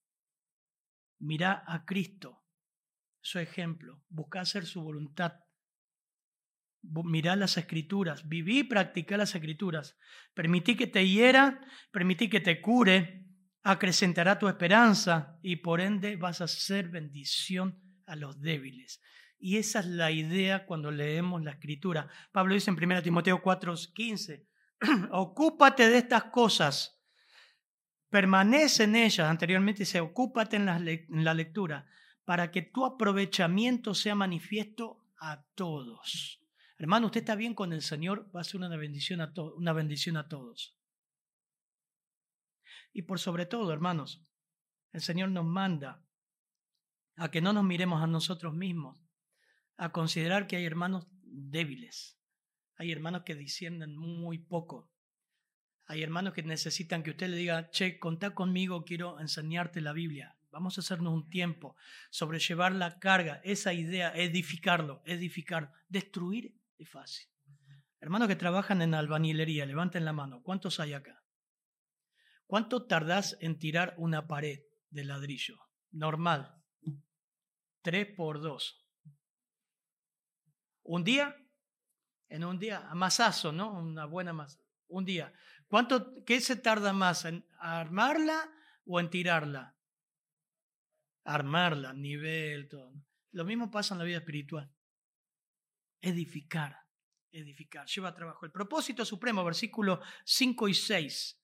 mirá a Cristo, su ejemplo, buscá hacer su voluntad. Mirá las Escrituras, viví y practicá las Escrituras. Permití que te hiera, permití que te cure, acrecentará tu esperanza y por ende vas a ser bendición a los débiles. Y esa es la idea cuando leemos la Escritura. Pablo dice en 1 Timoteo 4:15, ocúpate de estas cosas, permanece en ellas. Anteriormente dice, ocúpate en la lectura, para que tu aprovechamiento sea manifiesto a todos. Hermano, usted está bien con el Señor, va a ser una bendición a todos. Y por sobre todo, hermanos, el Señor nos manda a que no nos miremos a nosotros mismos, a considerar que hay hermanos débiles, hay hermanos que disciernen muy poco, hay hermanos que necesitan que usted le diga, che, contá conmigo, quiero enseñarte la Biblia, vamos a hacernos un tiempo, sobrellevar la carga, esa idea, edificar, destruir es fácil. Hermanos que trabajan en albañilería, levanten la mano, ¿cuántos hay acá? ¿Cuánto tardás en tirar una pared de ladrillo? Normal, 3x2. ¿Un día? En un día, a masazo, ¿no? Una buena masa. Un día. ¿Qué se tarda más? ¿En armarla o en tirarla? Armarla, nivel, todo. Lo mismo pasa en la vida espiritual. Edificar, lleva trabajo. El propósito supremo, versículos 5 y 6.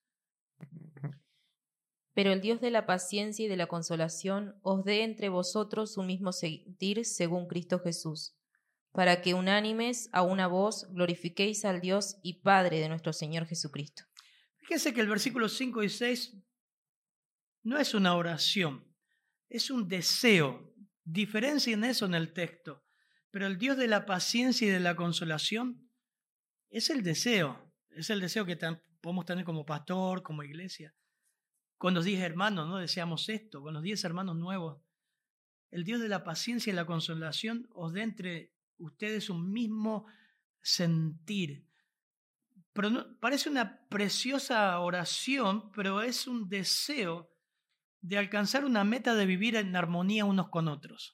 Pero el Dios de la paciencia y de la consolación os dé entre vosotros un mismo sentir según Cristo Jesús, para que unánimes a una voz glorifiquéis al Dios y Padre de nuestro Señor Jesucristo. Fíjense que el versículo 5 y 6 no es una oración, es un deseo. Diferencien eso en el texto. Pero el Dios de la paciencia y de la consolación es el deseo que podemos tener como pastor, como iglesia. Con los 10 hermanos, ¿no? Deseamos esto, con los 10 hermanos nuevos. El Dios de la paciencia y la consolación os dé entre ustedes un mismo sentir. Pero no, parece una preciosa oración, pero es un deseo de alcanzar una meta de vivir en armonía unos con otros.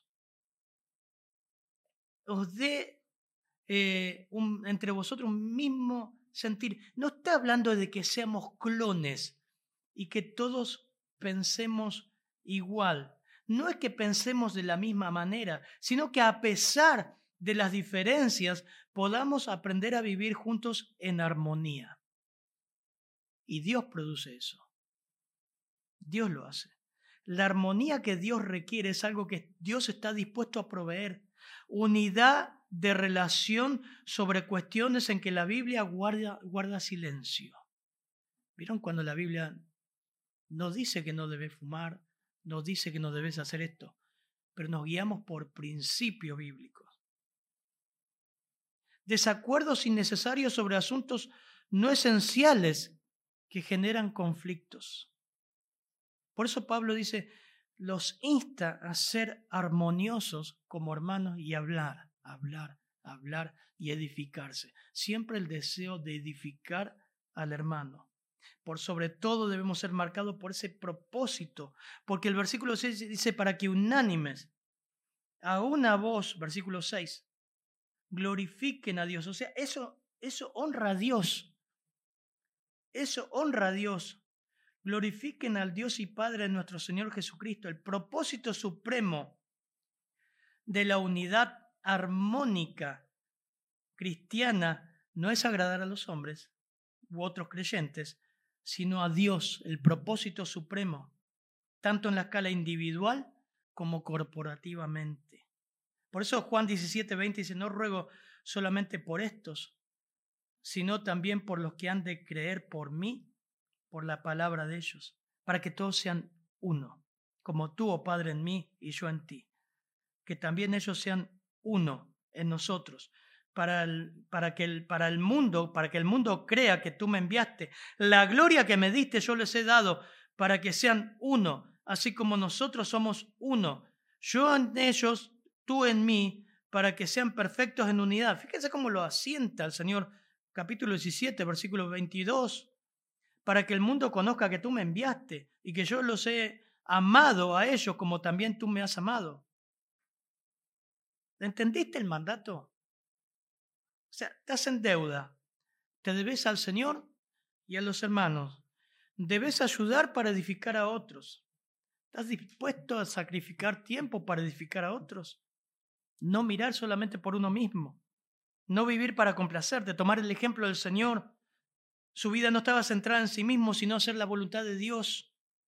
Os dé entre vosotros un mismo sentir. No está hablando de que seamos clones y que todos pensemos igual. No es que pensemos de la misma manera, sino que a pesar de las diferencias podamos aprender a vivir juntos en armonía. Y Dios produce eso. Dios lo hace. La armonía que Dios requiere es algo que Dios está dispuesto a proveer. Unidad de relación sobre cuestiones en que la Biblia guarda silencio. ¿Vieron cuando la Biblia nos dice que no debes fumar, nos dice que no debes hacer esto, pero nos guiamos por principios bíblicos? Desacuerdos innecesarios sobre asuntos no esenciales que generan conflictos. Por eso Pablo dice, los insta a ser armoniosos como hermanos y hablar y edificarse. Siempre el deseo de edificar al hermano. Por sobre todo debemos ser marcados por ese propósito, porque el versículo 6 dice, para que unánimes, a una voz, versículo 6, glorifiquen a Dios. O sea, eso honra a Dios. Eso honra a Dios. Glorifiquen al Dios y Padre de nuestro Señor Jesucristo. El propósito supremo de la unidad armónica cristiana no es agradar a los hombres u otros creyentes, sino a Dios, el propósito supremo, tanto en la escala individual como corporativamente. Por eso Juan 17:20 dice, no ruego solamente por estos, sino también por los que han de creer por mí, por la palabra de ellos, para que todos sean uno, como tú, oh Padre, en mí y yo en ti. Que también ellos sean uno en nosotros, para que el mundo crea que tú me enviaste. La gloria que me diste yo les he dado, para que sean uno, así como nosotros somos uno. Yo en ellos, tú en mí, para que sean perfectos en unidad. Fíjense cómo lo asienta el Señor, capítulo 17, versículo 22. Para que el mundo conozca que tú me enviaste y que yo los he amado a ellos como también tú me has amado. ¿Entendiste el mandato? O sea, estás en deuda. Te debes al Señor y a los hermanos. Debes ayudar para edificar a otros. ¿Estás dispuesto a sacrificar tiempo para edificar a otros? No mirar solamente por uno mismo. No vivir para complacerte, tomar el ejemplo del Señor. Su vida no estaba centrada en sí mismo, sino hacer la voluntad de Dios.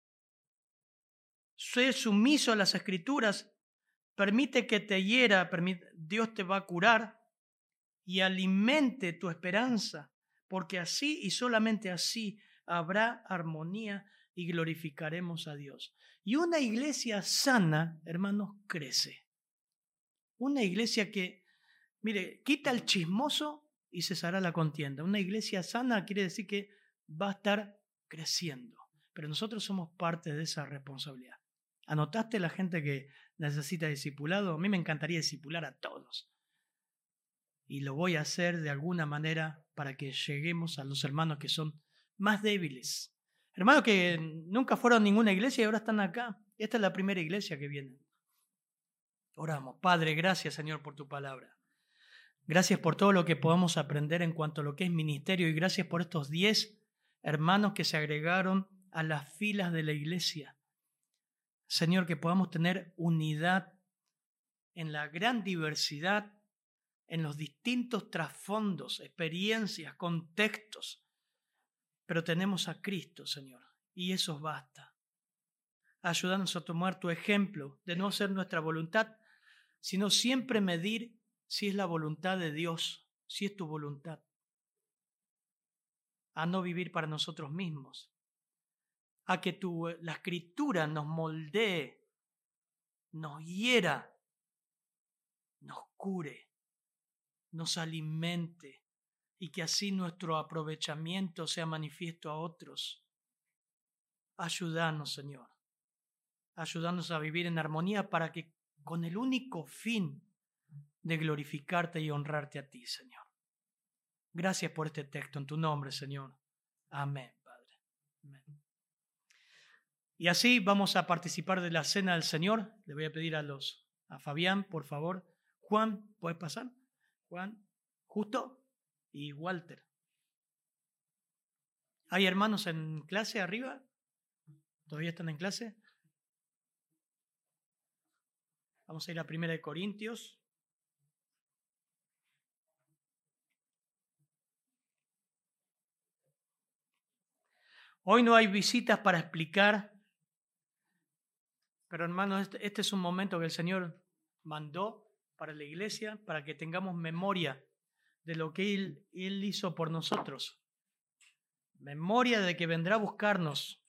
Sé sumiso a las Escrituras. Permite que te hiera, Dios te va a curar y alimente tu esperanza, porque así y solamente así habrá armonía y glorificaremos a Dios. Y una iglesia sana, hermanos, crece. Una iglesia que, mire, quita el chismoso y cesará la contienda. Una iglesia sana quiere decir que va a estar creciendo, pero nosotros somos parte de esa responsabilidad. ¿Anotaste la gente que necesita discipulado? A mí me encantaría discipular a todos. Y lo voy a hacer de alguna manera para que lleguemos a los hermanos que son más débiles. Hermanos que nunca fueron a ninguna iglesia y ahora están acá. Esta es la primera iglesia que vienen. Oramos. Padre, gracias, Señor, por tu palabra. Gracias por todo lo que podamos aprender en cuanto a lo que es ministerio y gracias por estos 10 hermanos que se agregaron a las filas de la iglesia. Señor, que podamos tener unidad en la gran diversidad, en los distintos trasfondos, experiencias, contextos. Pero tenemos a Cristo, Señor, y eso basta. Ayúdanos a tomar tu ejemplo de no hacer nuestra voluntad, sino siempre medir si es la voluntad de Dios, si es tu voluntad. A no vivir para nosotros mismos. A que la Escritura nos moldee, nos hiera, nos cure, nos alimente y que así nuestro aprovechamiento sea manifiesto a otros. Ayúdanos, Señor. Ayúdanos a vivir en armonía para que con el único fin de glorificarte y honrarte a ti, Señor. Gracias por este texto en tu nombre, Señor. Amén, Padre. Amén. Y así vamos a participar de la cena del Señor. Le voy a pedir a Fabián, por favor. Juan, ¿puedes pasar? Juan, Justo y Walter. ¿Hay hermanos en clase arriba? ¿Todavía están en clase? Vamos a ir a 1 Corintios. Hoy no hay visitas para explicar, pero hermanos, este es un momento que el Señor mandó para la iglesia, para que tengamos memoria de lo que Él hizo por nosotros. Memoria de que vendrá a buscarnos.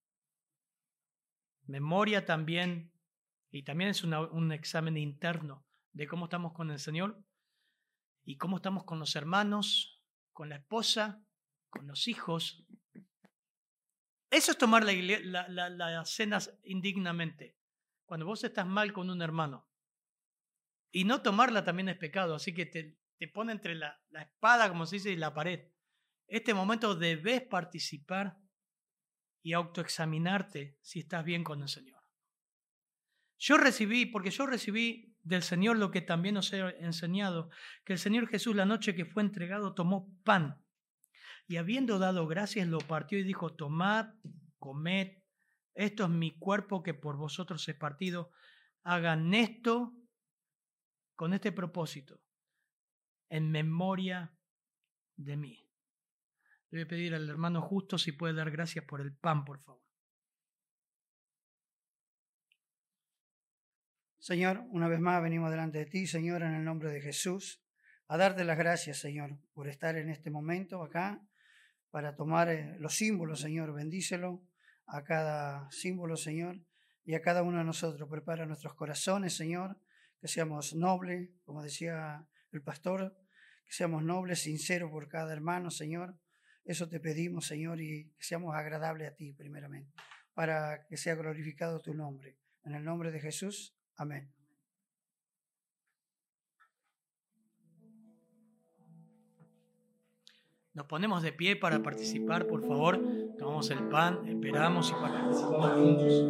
Memoria también, y también es un examen interno de cómo estamos con el Señor y cómo estamos con los hermanos, con la esposa, con los hijos. Eso es tomar las cenas indignamente. Cuando vos estás mal con un hermano. Y no tomarla también es pecado, así que te pone entre la espada, como se dice, y la pared. Este momento debes participar y autoexaminarte si estás bien con el Señor. Yo recibí del Señor lo que también os he enseñado, que el Señor Jesús la noche que fue entregado tomó pan y habiendo dado gracias lo partió y dijo, tomad, comed, esto es mi cuerpo que por vosotros es partido, hagan esto con este propósito, en memoria de mí. Le voy a pedir al hermano Justo si puede dar gracias por el pan, por favor. Señor, una vez más venimos delante de ti, Señor, en el nombre de Jesús, a darte las gracias, Señor, por estar en este momento acá, para tomar los símbolos, Señor. Bendícelo a cada símbolo, Señor, y a cada uno de nosotros. Prepara nuestros corazones, Señor, que seamos nobles, como decía el pastor, que seamos nobles, sinceros por cada hermano, Señor. Eso te pedimos, Señor, y que seamos agradables a ti, primeramente, para que sea glorificado tu nombre. En el nombre de Jesús, amén. Nos ponemos de pie para participar, por favor. Tomamos el pan, esperamos y participamos juntos.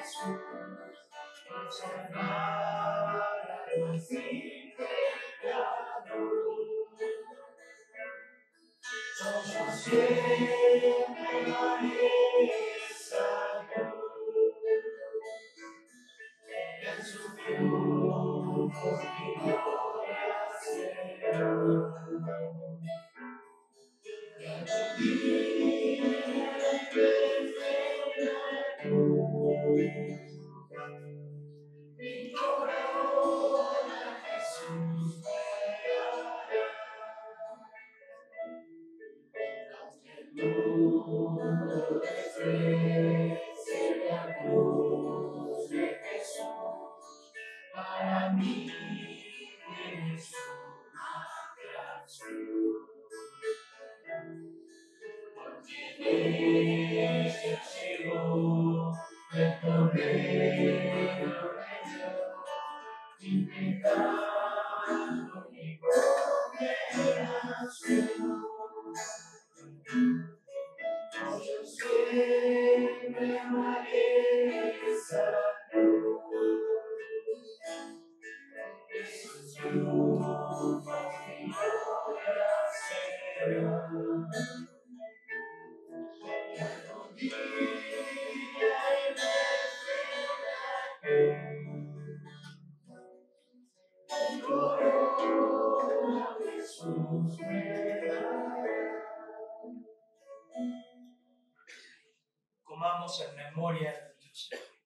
Comamos en memoria de Dios.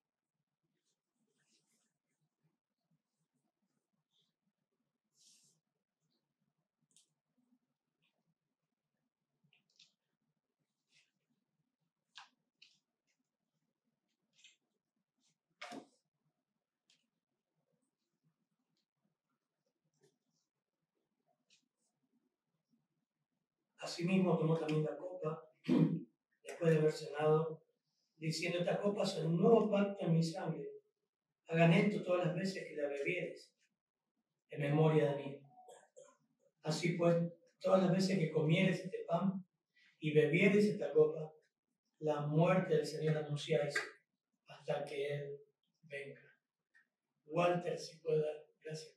Asimismo tomó también la copa, después de haber cenado, diciendo: esta copa es un nuevo pacto en mi sangre. Hagan esto todas las veces que la bebieres, en memoria de mí. Así pues, todas las veces que comieres este pan y bebieres esta copa, la muerte del Señor anunciáis hasta que Él venga. Walter, si puede dar, gracias.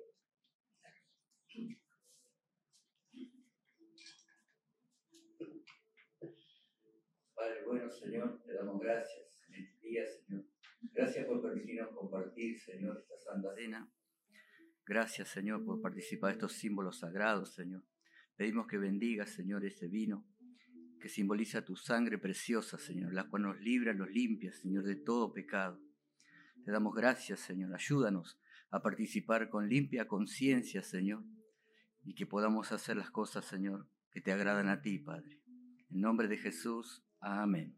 Padre bueno, Señor, te damos gracias en este día, Señor. Gracias por permitirnos compartir, Señor, esta santa cena. Gracias, Señor, por participar de estos símbolos sagrados, Señor. Pedimos que bendigas, Señor, ese vino que simboliza tu sangre preciosa, Señor, la cual nos libra, nos limpia, Señor, de todo pecado. Te damos gracias, Señor. Ayúdanos a participar con limpia conciencia, Señor, y que podamos hacer las cosas, Señor, que te agradan a ti, Padre. En nombre de Jesús, amén.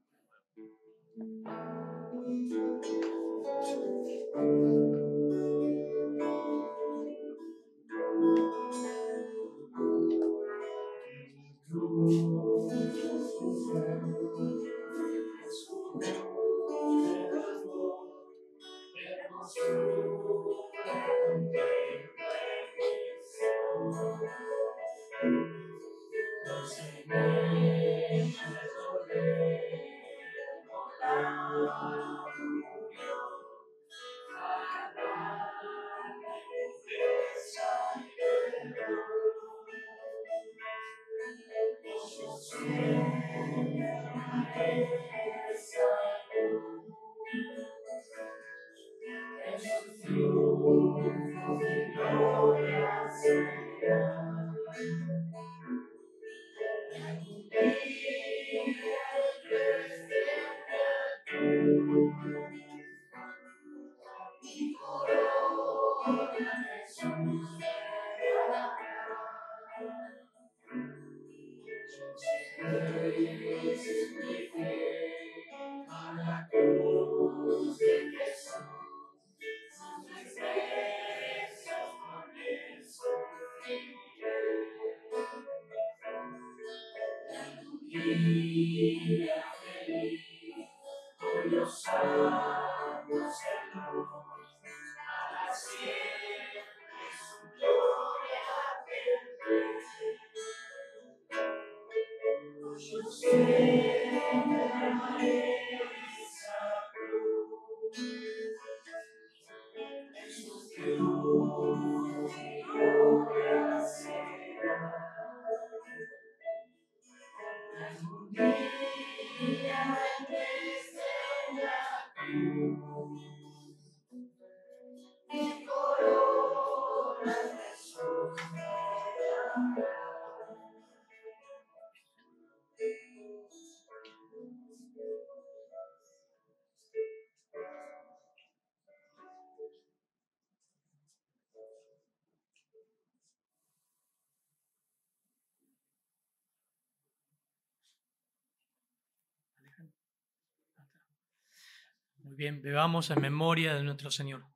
Muy bien, bebamos en memoria de nuestro Señor.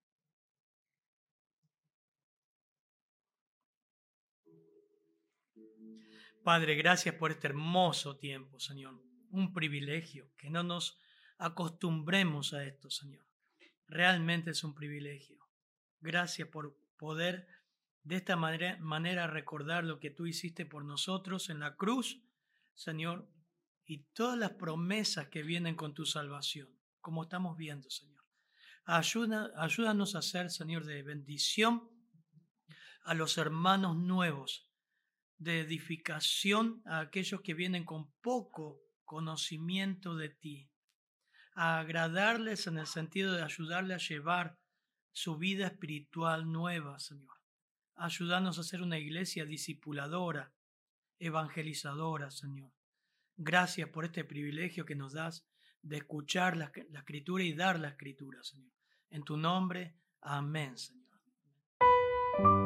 Padre, gracias por este hermoso tiempo, Señor. Un privilegio, que no nos acostumbremos a esto, Señor. Realmente es un privilegio. Gracias por poder de esta manera recordar lo que tú hiciste por nosotros en la cruz, Señor, y todas las promesas que vienen con tu salvación, como estamos viendo, Señor. Ayúdanos a ser, Señor, de bendición a los hermanos nuevos, de edificación a aquellos que vienen con poco conocimiento de ti, a agradarles en el sentido de ayudarles a llevar su vida espiritual nueva, Señor. Ayúdanos a ser una iglesia discipuladora, evangelizadora, Señor. Gracias por este privilegio que nos das de escuchar la Escritura y dar la Escritura, Señor. En tu nombre, amén, Señor.